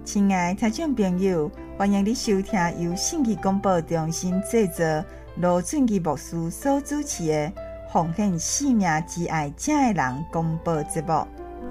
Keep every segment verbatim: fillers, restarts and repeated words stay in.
亲爱的听众朋友，欢迎你收听由信息广播中心制作、罗俊吉牧师所主持的《奉献生命之爱正的人》广播节目。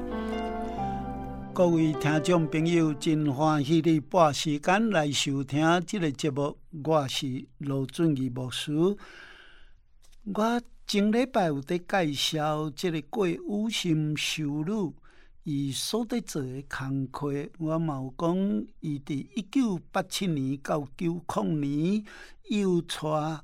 各位听众朋友，真欢喜你拨时间来收听这个节目。我是罗俊吉牧师。我前礼拜有在介绍这个过有心修女伊所在做的工课，我嘛有讲伊伫一九八七年到九零年又带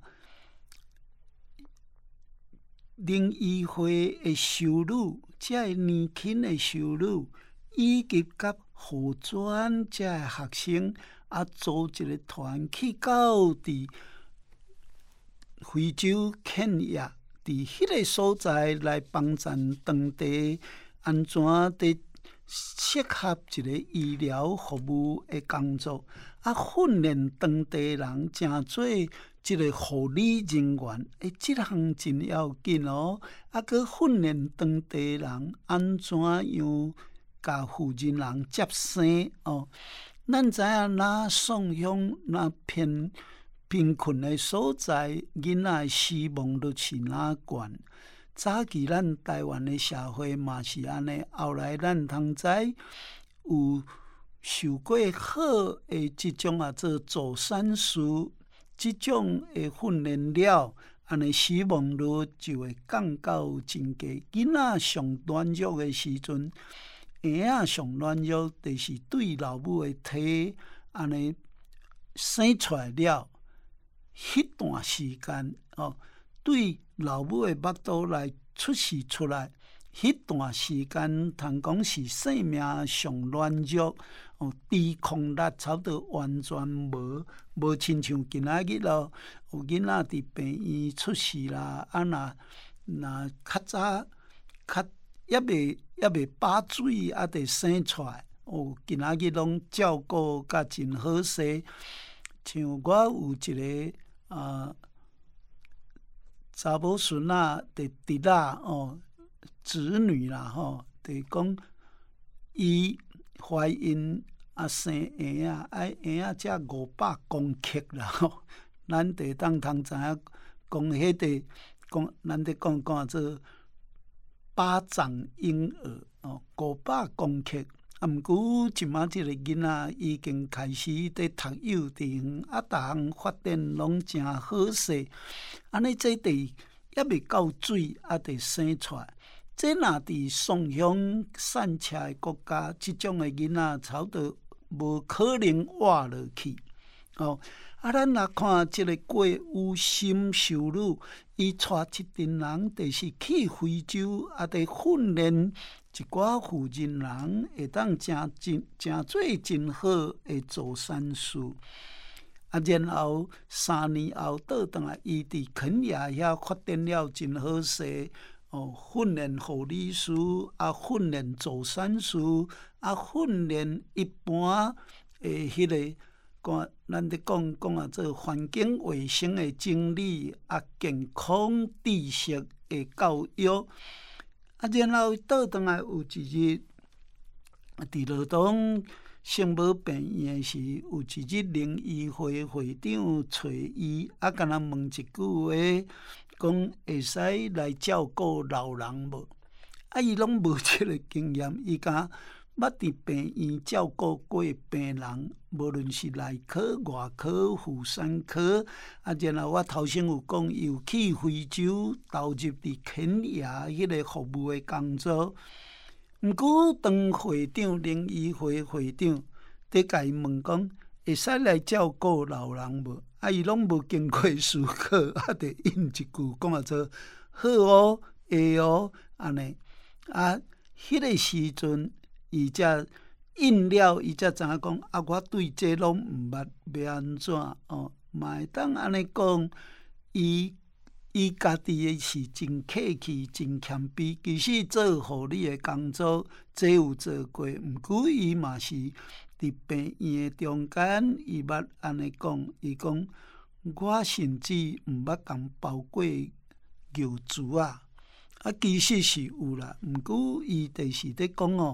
灵医会的修女，这个年轻的修女，以及甲护专这个学生啊，组一个团去到伫非洲肯亚，伫迄个所在来帮助当地安怎伫适合一个医疗服务的工作，啊，训练当地人诚做即个护理人员，诶，即项真要紧哦。啊，佮训练当地人安怎样甲负责人接生哦。咱知影，若送乡若偏贫困的所在，囡仔死亡率是哪悬？早期咱台湾的社会嘛是安尼，后来咱通知有受过好的即种啊做助产士，即种的训练了，安尼死亡率就会降到真低。囡仔上软弱的时阵，婴仔上软弱，就是对老母的体安尼生出来了，迄段时间哦。对老母的腹肚来出世出来，迄段时间，通讲是生命上软弱，哦，抵抗力差不多完全无，无亲像今仔日咯，有囡仔伫病院出世啦，啊，若若较早较还未还未把水，啊，得生出来，哦，今仔日拢照顾甲真好势，像我有一个啊。查某孙啊，伫伫啦哦，子女啦吼，就是讲伊怀孕啊生婴啊，啊婴仔才五百公克啦吼，咱得当通知影讲迄个讲，咱得讲讲做巴掌婴儿哦，五百公克。啊，毋过即马即个囡仔已经开始伫读幼稚园，啊，逐项发展拢诚好势。安尼这地还未到水，啊，得生出来。这若伫送乡散车的国家，即种的囡仔差不多无可能活落去。哦，啊，咱来看即个过有心修女，伊带一群人，就是去非洲，啊，得训练一寡负责人，会当真真真做真好的助产士。啊，然后三年后倒转来，伊伫肯亚遐发展了真好势哦，训练护理师，啊，训练助产士，啊，训练一般诶，迄、那个讲咱咧讲讲啊，做环境卫生的整理，啊，健康知识的教育。啊，然后倒转来有一日，伫罗东圣母病院的时，有一日灵医会会长找伊，啊，甲咱问一句话，讲会使来照顾老人无？啊，伊拢无即个经验，伊敢捌伫病院照顾过病人，无论是内科、外科、妇产科。啊，然后我头先有讲，伊有去非洲投入伫肯亚迄个服务的工作。毋过，当会长灵医会会长伫甲伊问讲，会使来照顾老人无？啊，伊拢无经过思考，啊，得应一句讲啊做好哦，会哦，安尼。啊，迄个时阵。伊才应了，伊才知影讲啊，我对这拢毋捌，要安怎哦？嘛会当安尼讲，伊伊家己是真客气、真谦卑。其实做护理的工作，这有做过，毋过伊嘛是伫病院的中间，伊捌安尼讲，伊讲我甚至毋捌共包过牛珠啊。啊，其实是有啦，毋过伊就是咧讲哦。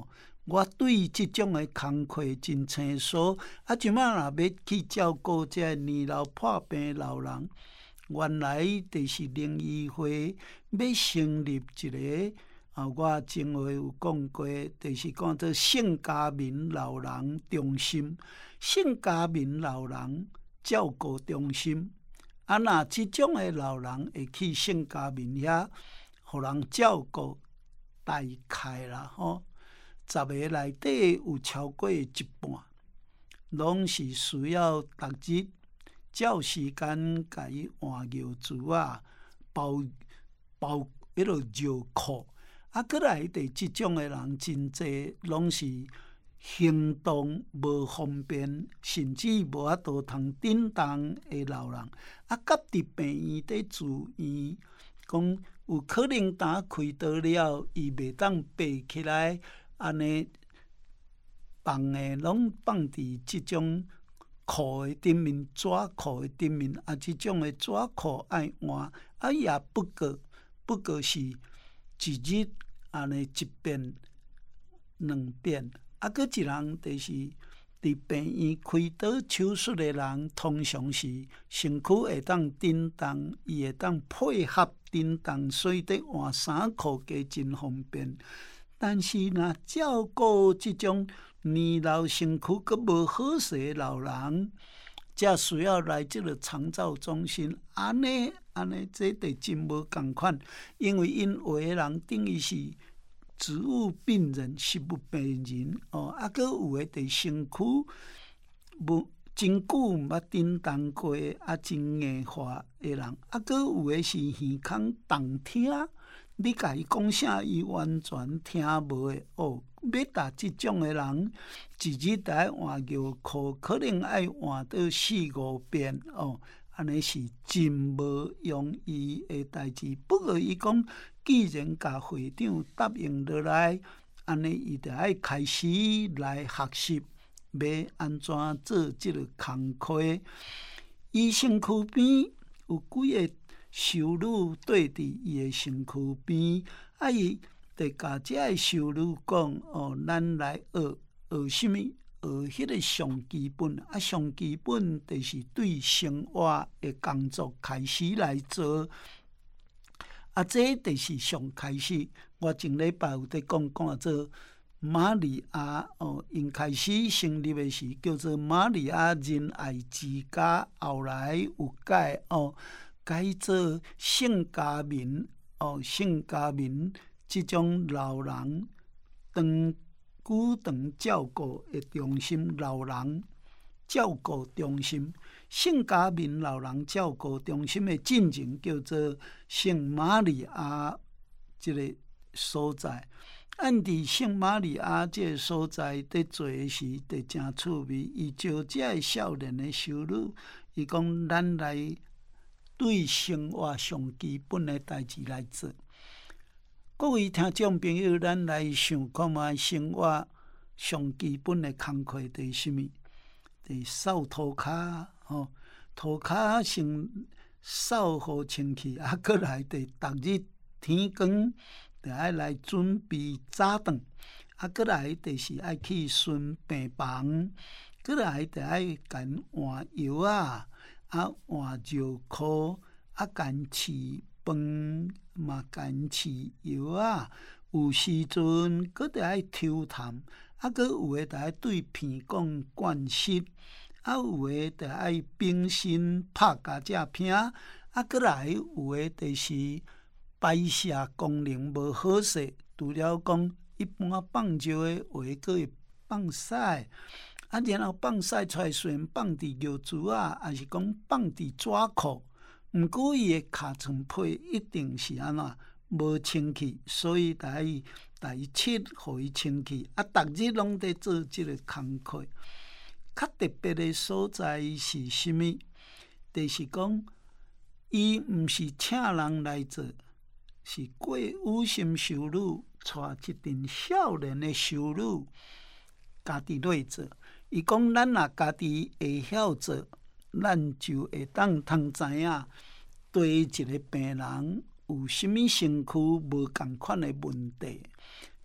我对即种诶工课真清楚，啊，即摆若要去照顾这年老破病老人，原来就是灵医会要成立一个啊，我前回有讲过，就是讲做圣家民老人中心、圣家民老人照顾中心。啊，若即种诶老人会去圣家民遐，互人照顾，大概啦吼。十个内底有超过一半，拢是需要逐日照时间甲伊换尿珠啊、包包迄落尿裤。啊，过来第即种诶人真济，拢是行动无方便，甚至无法度通振动诶老人。啊，甲伫病院伫住院，讲有可能呾开刀了，伊袂当爬起来。安尼放诶，拢放伫即种裤诶顶面、纸裤诶顶面，啊，即种诶纸裤爱换，啊，也不过不过是一日安尼一遍、两遍，啊，搁一人就是伫病院开刀手术诶人，通常是身躯会当振动，伊会当配合振动，所以伫换衫裤加真方便。但是若照顾即种年老身躯阁无好势诶老人，才需要来即个长照中心。安尼安尼，这就真无共款，因为因有诶人等于是植物病人、食物病人哦，啊，阁有诶伫身躯无真久毋捌振动过，啊，真硬化诶人，啊，阁有诶是耳孔动听。你甲伊讲啥，伊完全听无诶哦。要达即种诶人，一日得爱换尿裤，可能爱换到四五遍哦。安尼是真无容易诶代志。不过伊讲，既然甲会长答应落来，安尼伊得爱开始来学习，要安怎做即个工课。伊身躯边有几个修女对伫伊诶身躯边，啊，伊得甲遮个修女讲哦，咱来学学什物？学迄个上基本，啊，上基本就是对生活诶工作开始来做，啊，这就是上开始。我前礼拜有伫讲讲做玛利亚哦，因开始成立诶是叫做玛利亚仁爱之家，后来有改哦。改做圣家民哦，圣家民即种老人长久长照顾的中心，老人照顾中心，圣家民老人照顾中心的进程叫做圣玛利亚即个所在。按伫圣玛利亚即个所在伫做时，伫真趣味。伊招遮个少年的修女，伊讲咱来。对生活上基本的代志来做，各位听众朋友，咱来想看卖生活上基本的工课伫什么？伫扫涂骹吼，涂骹先扫好清气，啊，过来伫逐日天光，就爱来准备早顿，啊，过来就是爱去巡病房，过来就爱甲换药啊。啊，换尿裤，啊，干饲饭，嘛干饲药啊。有时阵，搁得爱抽痰，啊，搁有诶，得爱对鼻孔灌湿，啊，有诶，得爱冰身拍加只片，啊，搁来有诶，就是排泄功能无好势，除了讲一般放尿诶话，搁会放屎。啊，然后放屎出来，虽然放伫尿珠啊，还是讲放伫纸裤，毋过伊诶尻川皮一定是安怎无清气，所以得爱第七互伊清气。啊，逐日拢伫做即个工课。较特别诶所在是啥物？就是讲，伊毋是请人来做，是过有心修女带一群少年诶修女家己来做。伊讲，咱若家己会晓做，咱就会当通知影对一个病人有啥物身躯无共款的问题。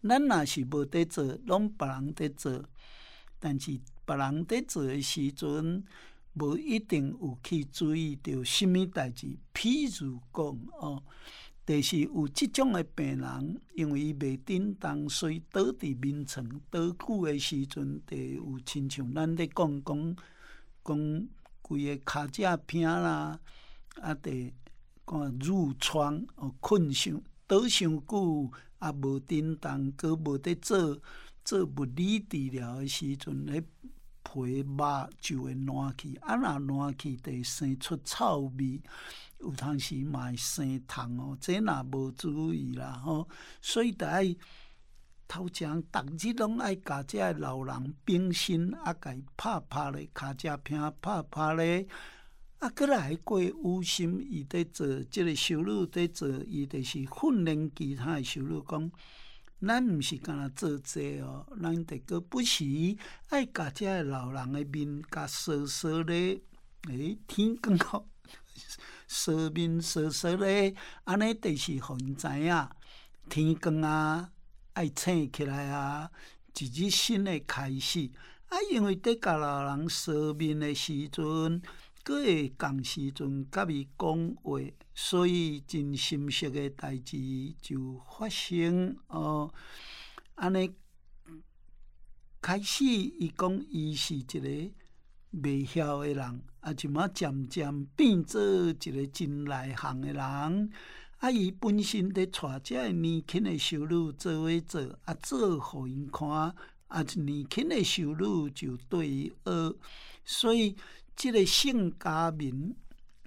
咱若是无伫做，拢别人伫做，但是别人伫做诶时阵，无一定有去注意到什么代志。譬如讲哦，就是有即种诶病人，因为伊袂振动，所以倒伫眠床倒久诶时阵，就有亲像咱咧讲讲讲规个骹脊偏啦，啊，得讲褥疮哦，困伤倒伤久，啊无振动，佮无伫做做物理治疗诶时阵，迄皮肉就会烂去，啊若烂去，就会生出臭味。有当时嘛会生痰哦，这若无注意啦吼，所以就爱头前逐日拢爱甲这个老人冰身，啊，甲伊拍拍咧，骹脊片拍拍咧，啊，过来过有心伊伫做即个修女伫做，伊就是训练其他的修女讲，咱毋是干那做这哦，咱得个不时爱甲这个老人的面甲扫扫咧，诶，天光吼。扫面扫扫咧，安尼就是互因知影天光啊，爱醒起来啊，一日新的开始啊。因为伫甲老人扫面的时阵，佮会共时阵甲伊讲话，所以真心实的代志就发生哦。安尼开始，伊讲伊是一个袂晓的人。啊，就嘛渐渐变做一个真内行的人。啊，伊本身伫带遮个年轻的修女做伙做，啊，做互因看，啊，年轻的修女就对伊学，所以即个性家民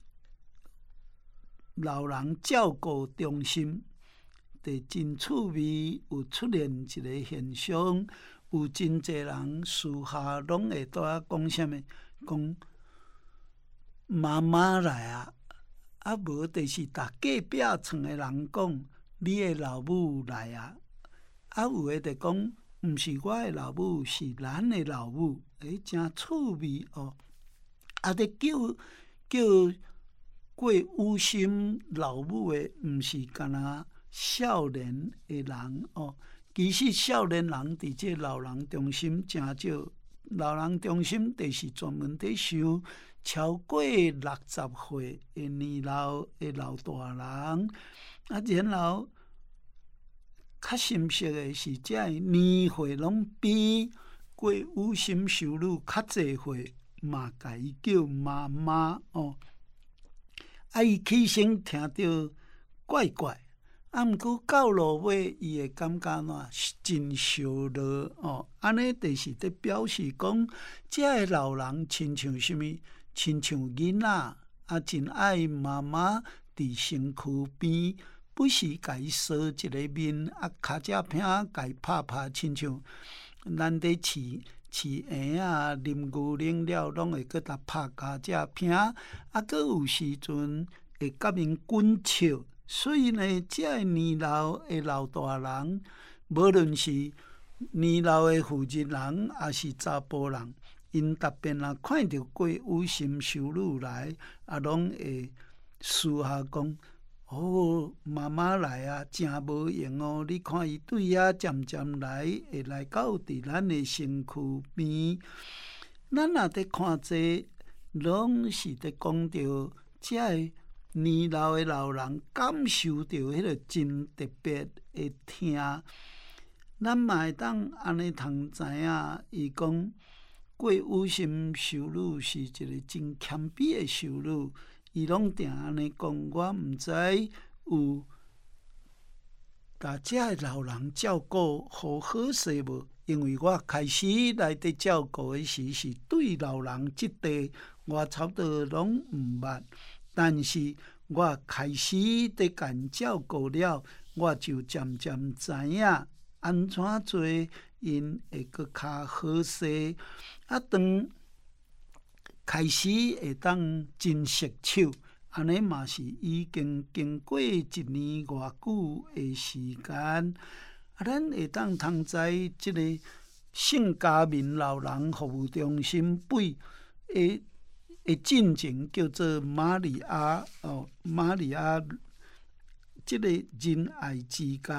老人照顾中心，就真趣味，有出现一个现象，有真侪人私下拢会拄仔讲啥物，讲。妈妈来啊，啊无就是逐隔壁床的人讲，你的老母来啊，啊有诶就讲，毋是我的老母，是咱的老母，诶，真趣味哦。啊，咧叫叫过有心老母的，毋是干那少年的人哦。其实少年人伫这老人中心真少，老人中心就是专门伫收。超过六十岁的年老的老大人，啊，然后较深刻的是，这个年岁拢比过有心修女较济岁，嘛甲伊叫妈妈哦。啊，伊起身听到怪怪，啊，毋过到落尾，伊会感觉喏真烧热哦。安尼就是伫表示讲，这个老人亲像什么？亲像囡仔啊，真爱妈妈伫身躯边，不时甲伊扫一个面，啊，骹脊片甲伊拍拍，亲像咱伫饲饲婴啊、啉牛奶了，拢会搁甲拍骹脊片，啊，搁有时阵会甲因滚笑。所以呢，这个年老的老大人，无论是年老的妇人人，还是查甫人。因特别若看到过有心修女来，啊，拢会私下讲：哦，妈妈来啊，真无用哦！你看伊对遐渐渐来，会来到伫咱的身躯边。咱若伫看这，拢是伫讲到这个年老的老人感受到迄个真特别的听。咱嘛会当安尼通知影，伊讲。过有心修女是一个真谦卑的修女，伊拢定安尼讲，我毋知有甲这个老人照顾好好势无？因为我开始来伫照顾的时，是对老人即代，我差不多拢毋捌。但是我开始伫甲因照顾了，我就渐渐知影安怎做。因会搁较好势，啊，当开始会当真熟手，安尼嘛是已经经过一年偌久的时间，啊，咱会当通知即个性家民老人服务中心对的的进程叫做玛利亚哦，玛利亚即个仁爱之家。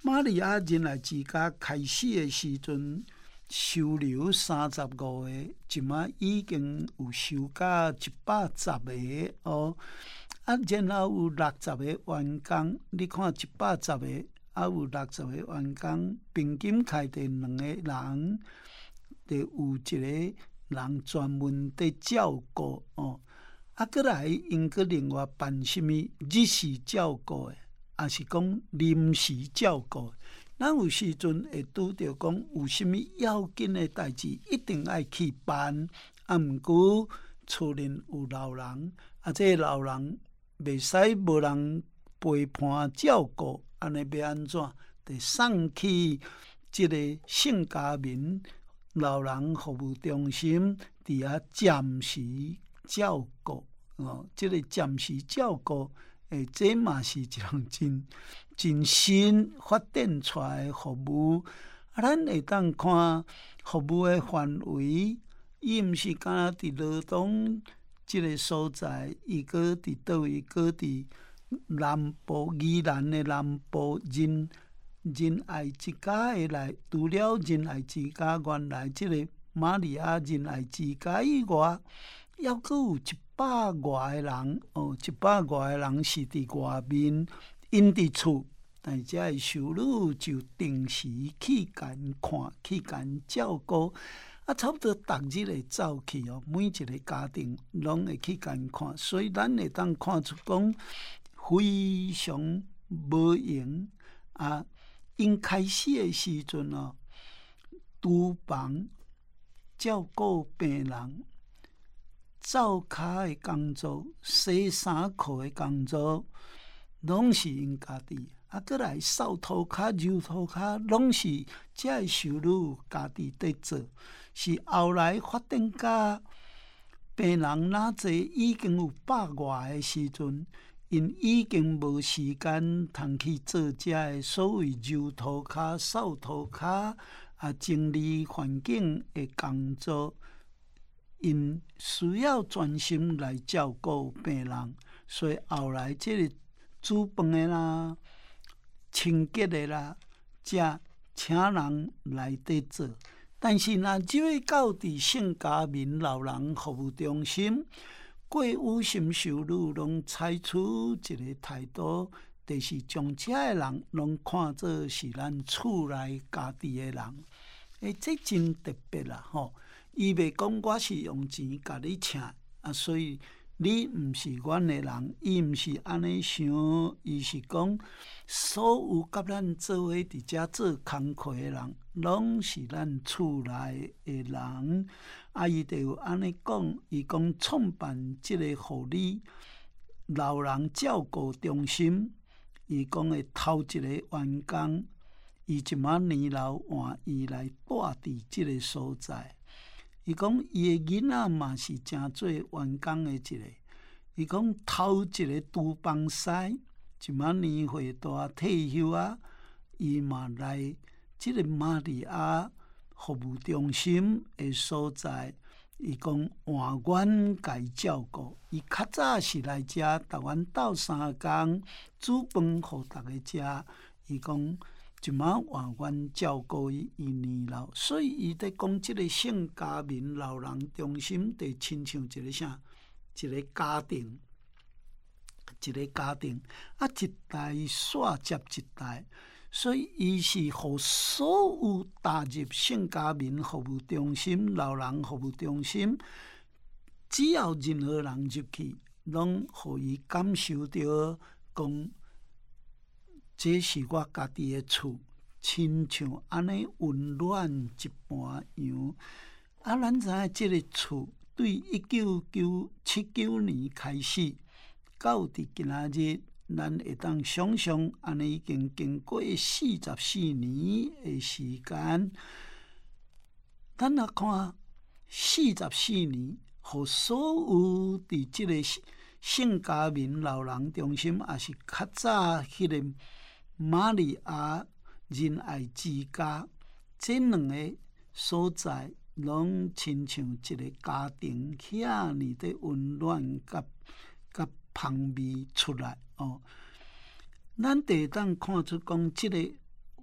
玛利亚人来之家开始的时阵，收留三十五个，即马已经有收到一百十个哦。啊，然后有六十个员工，你看一百十个，啊有六十个员工，平均开第两个人，就有一个人专门伫照顾哦。啊，过来因个另外办什么日时照顾的，也是讲临时照顾。咱有时阵会拄着讲有啥物要紧的代志，一定爱去办。啊，毋过厝内有老人，啊，这个老人袂使无人陪伴照顾，安尼要安怎？得送去即个圣家民老人服务中心，伫遐暂时照顾哦。即、这个暂时照顾，诶，这嘛是一项真真新发展出来的服务。啊，咱会当看服务的范围，伊毋是敢若伫罗东即个所在，伊搁伫倒位，搁伫南部宜兰的南部仁仁爱之家的来，除了仁爱之家原来即个玛利亚仁爱之家以外，还阁有一百外个人哦，一百外个人是伫外面，因伫厝，但是这收入就定时去甲因看，去甲因照顾。啊，差不多逐日会走去哦，每一个家庭拢会去甲因看，所以咱会当看出讲非常无用啊。因开始的时阵哦，厨房照顾病人、灶骹的工作、洗衫裤的工作，拢是因家己。啊，过来扫涂骹、揉涂骹，拢是这收入家己在做。是后来发展甲病人哪济已经有百外的时阵，因已经无时间通去做这的所谓揉涂骹、扫涂骹啊，整理环境的工作，因需要专心来照顾病人，所以后来这个煮饭的啦、清洁的啦，这请人来得做。但是若入去到伫圣家民老人服务中心，过有心收入拢采取一个态度，就是将这个人拢看作是咱厝内家己的人。诶，这真特别啦吼！伊袂讲我是用钱甲你请啊，所以你毋是阮的人，伊毋是安尼想，伊是讲所有甲咱做伙伫遮做工课的人，拢是咱厝内的人。啊，伊就有安尼讲，伊讲创办即个护理老人照顾中心，伊讲的头一个员工，伊即马年老换伊来带伫即个所在。伊讲伊的囡仔嘛是诚做员工的一个。伊讲头一个厨房师，即马年岁大退休啊，伊嘛来即个玛利亚服务中心的所在。伊讲换阮家照顾，伊较早是来遮，逐阮斗相共煮饭互逐个食。伊讲即马换阮照顾伊，伊年老，所以伊在讲即个圣家民老人中心，就亲像一个啥，一个家庭，一个家庭啊，一代煞接一代。所以，伊是互所有踏入圣家民服务中心、老人服务中心，只要任何人入去，拢互伊感受到讲，这是我家己的厝，亲像安尼温暖一般样。啊，咱知影即个厝，对一九九七九年开始，到伫今仔日。咱会当想象，安尼已经经过四十四年的时间。咱来看四十四年，互所有伫即个圣家民老人中心，也是较早迄个玛利亚仁爱之家，这两个所在，拢亲像一个家庭，遐尼的温暖甲甲香味出来。哦，咱得当看出讲，即个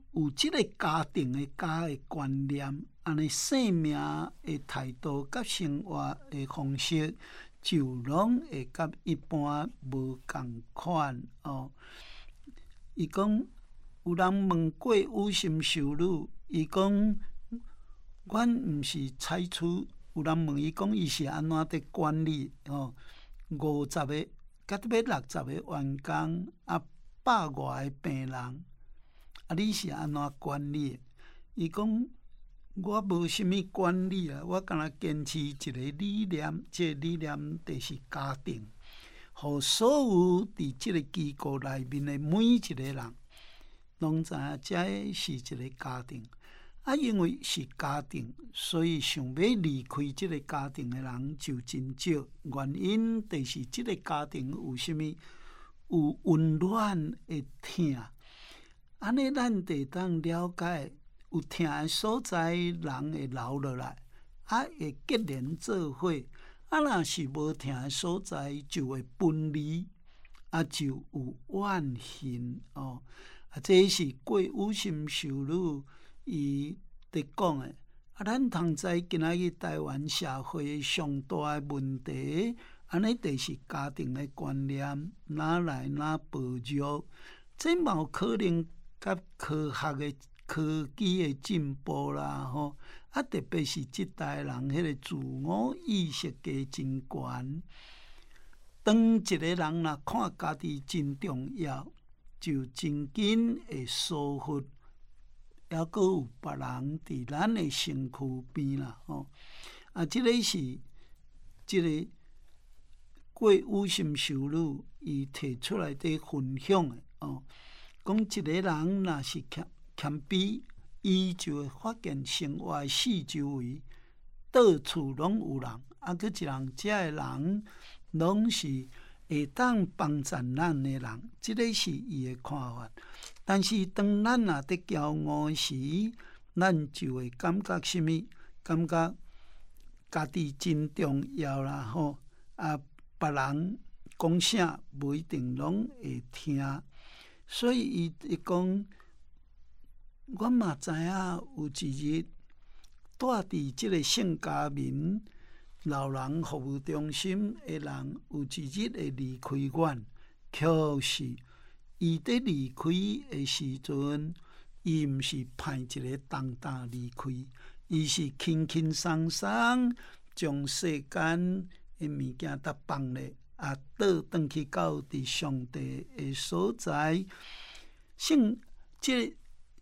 有即个家庭的家的观念，安尼生命的态度甲生活的方式，就拢会甲一般无共款哦。伊讲有人问过有心修女，伊讲阮毋是采取，有人问伊讲伊是安怎伫管理哦，五十个甲要六十个员工，啊百外个病人，啊你是安怎管理？伊讲我无啥物管理啊，我敢若坚持一个理念，即、这个理念就是家庭，互所有伫即个机构内面的每一个人，拢知影这是一个家庭。啊，因为是家庭，所以想要离开即个家庭的人就真少。原因就是即个家庭有啥物有温暖的疼，安尼咱得当了解，有疼的所在，人会留落来，啊会结连做伙。啊，若是无疼的所在，就会分离，啊就有怨恨哦。啊，这是过有心修女伊伫讲诶，啊，咱通知今仔日台湾社会上大诶问题，安尼就是家庭诶观念哪来哪薄弱，这嘛有可能甲科学诶科技诶进步啦吼，啊，特别是即代人迄个自我意识加真悬。当一个人若看家己真重要，就真紧会疏忽。还阁有别人伫咱的身躯边啦，吼、哦！啊，即、这个是即、这个过有心修女伊提出来的分享的哦。讲一个人若是谦谦卑，伊就会发现生活的四周围到处拢有人，啊，佮一人遮的人拢是会当帮助咱的人，即、这个是伊的看法。但是当咱若伫骄傲时，咱就会感觉什么？感觉家己真重要啦吼！啊，别人讲啥无一定拢会听，所以伊伊讲，我嘛知影有一日住伫即个圣家民老人服务中心的人，有一日会离开阮，可是伊伫离开的时阵，伊毋是派一个重担离开，伊是轻轻松松将世间的物件都放咧，啊，倒转去到伫上帝的所在。圣即个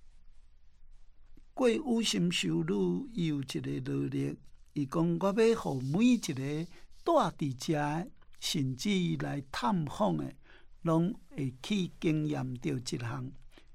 过有心修女，伊有一个努力，伊讲我要互每一个住伫遮，甚至来探访的，拢会去经验到一项，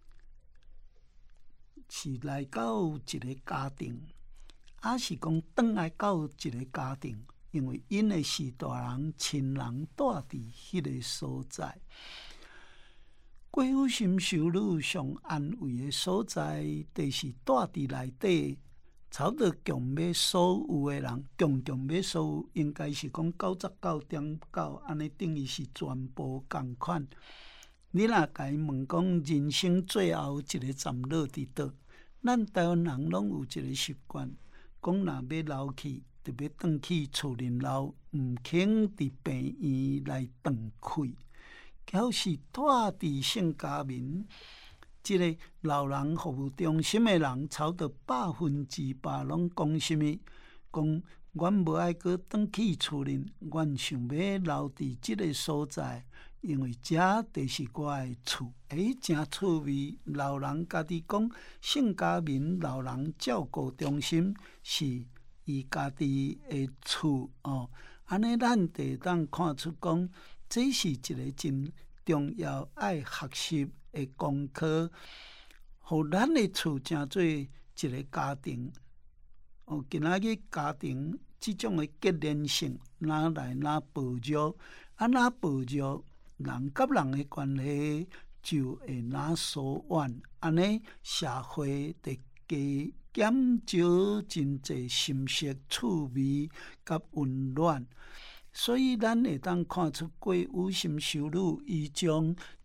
是来到一个家庭，还是讲转来到一个家庭，因为因的是大人亲人住伫迄个所在。过有心修女上安慰的所在，就是住伫内底，差不多强要所有的人，强强要所有，应该是讲九十九点九，安尼等于是全部共款。你若甲伊问讲人生最后一个站落伫倒，咱台湾人拢有一个习惯，讲若要老去，就要转去厝里老，毋肯伫病院来断开。要是住伫圣家民，即、这个老人服务中心的人，超过百分之百拢讲什么？讲阮无爱阁转去厝里，阮想要留伫即个所在，因为遮就是我的厝。诶，真趣味！老人家己讲，圣家民老人照顾中心是伊家己的厝哦。安尼咱得当看出讲，这是一个真重要爱学习的功课，互咱的厝成做一个家庭。哦，今仔日家庭即种的结连性，哪来哪薄弱？啊，哪薄弱，人甲人的关系就会哪疏远。安尼社会得加减少真侪心色、趣味甲温暖。所以咱会当看出过有心修女，伊将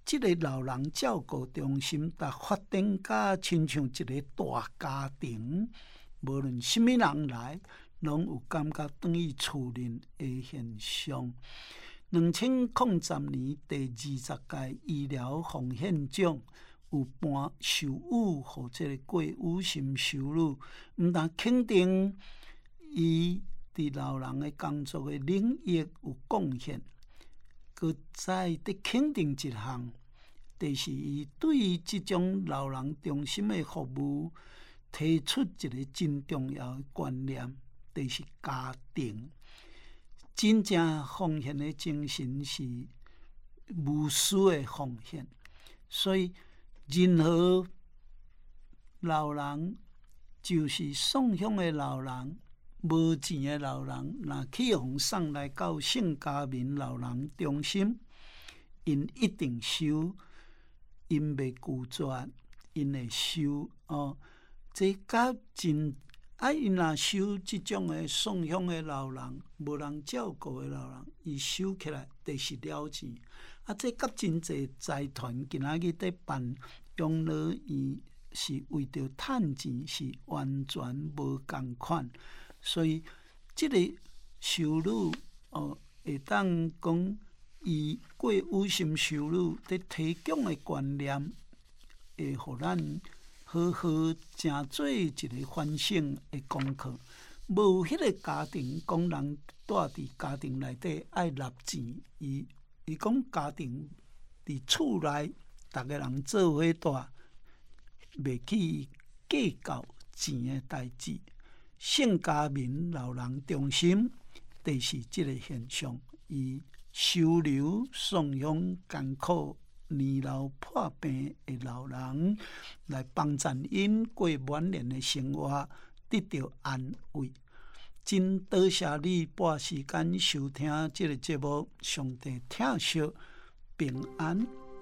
这个老人照顾中心，达发展甲亲像一个大家庭，无论什么人来，拢有感觉等于厝人的现象。两千零十年第二十届医疗奉献奖有颁授予予这个郭雨心修女，毋但肯定伊伫老人的工作的领域有贡献，佮再得肯定一项，就是伊对于即种老人中心的服务提出一个真重要的观念，就是家庭。真正奉献的精神是无私的奉献，所以任何老人，就是送养的老人、无钱的老人，若去互送来到圣家民老人中心，因一定收，因袂拒绝，因会收哦。这甲真。啊，因若收即种诶送养诶老人，无人照顾诶老人，伊收起来就是了钱。啊，这甲真济财团今仔日伫办养老院，是为着趁钱，是完全无共款。所以，即个修女哦，会当讲伊郭雨心修女伫提供诶观念，会互咱。好好真做一个反省的功课，无迄个家庭讲人住伫家庭内底爱纳钱，伊伊讲家庭伫厝内，逐个人做伙住，袂去计较钱的代志。圣家民老人中心就是即个现象，伊收留送养艰苦。年老破病的老人，来帮助因过晚年的生活，得到安慰。真多谢你拨时间收听这个节目，上帝疼惜平安。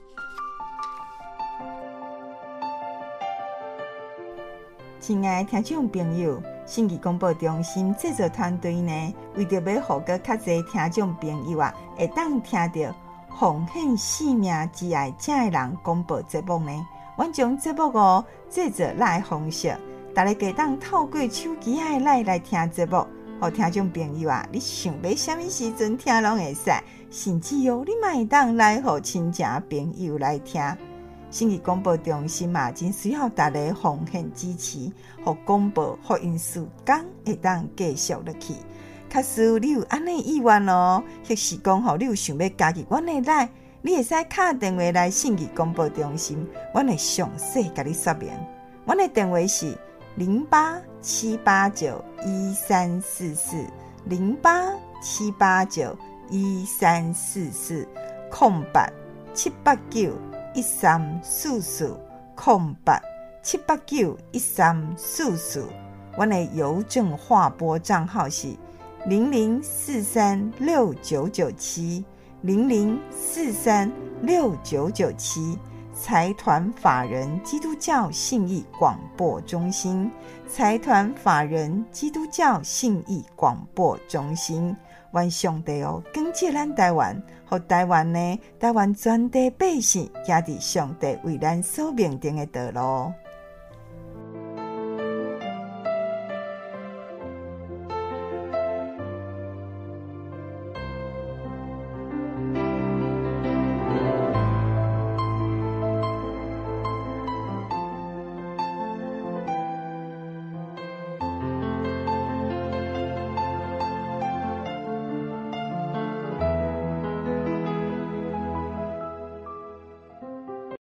亲爱的听众朋友，信义广播中心制作团队呢，为着要互个较侪听众朋友啊，会当听到。奉献性命之爱正的人广播节目呢，阮将节目哦制作来方式，大家可当透过手机仔来来听节目。互听众朋友啊，你想要什么时阵听拢会使，甚至哦，你嘛会当来互亲戚朋友来听。信义广播中心嘛，真需要大家奉献支持，互广播福音事工会当继续落去。假使你有安尼意愿哦，或是讲吼，你有想要加入阮的来，你会使打电话来信义广播中心，阮会详细甲你说明。阮的电话是零八七八九一三四四零八七八九一三四四空八七八九一三四四空八七八九一三四四。阮的邮政划拨账号是。零零四三六九九七零零四三六九九七财团法人基督教信义广播中心，财团法人基督教信义广播中心。愿上帝哦，感谢咱台湾，和台湾呢，台湾全体百姓行伫上帝为咱所命定的道路。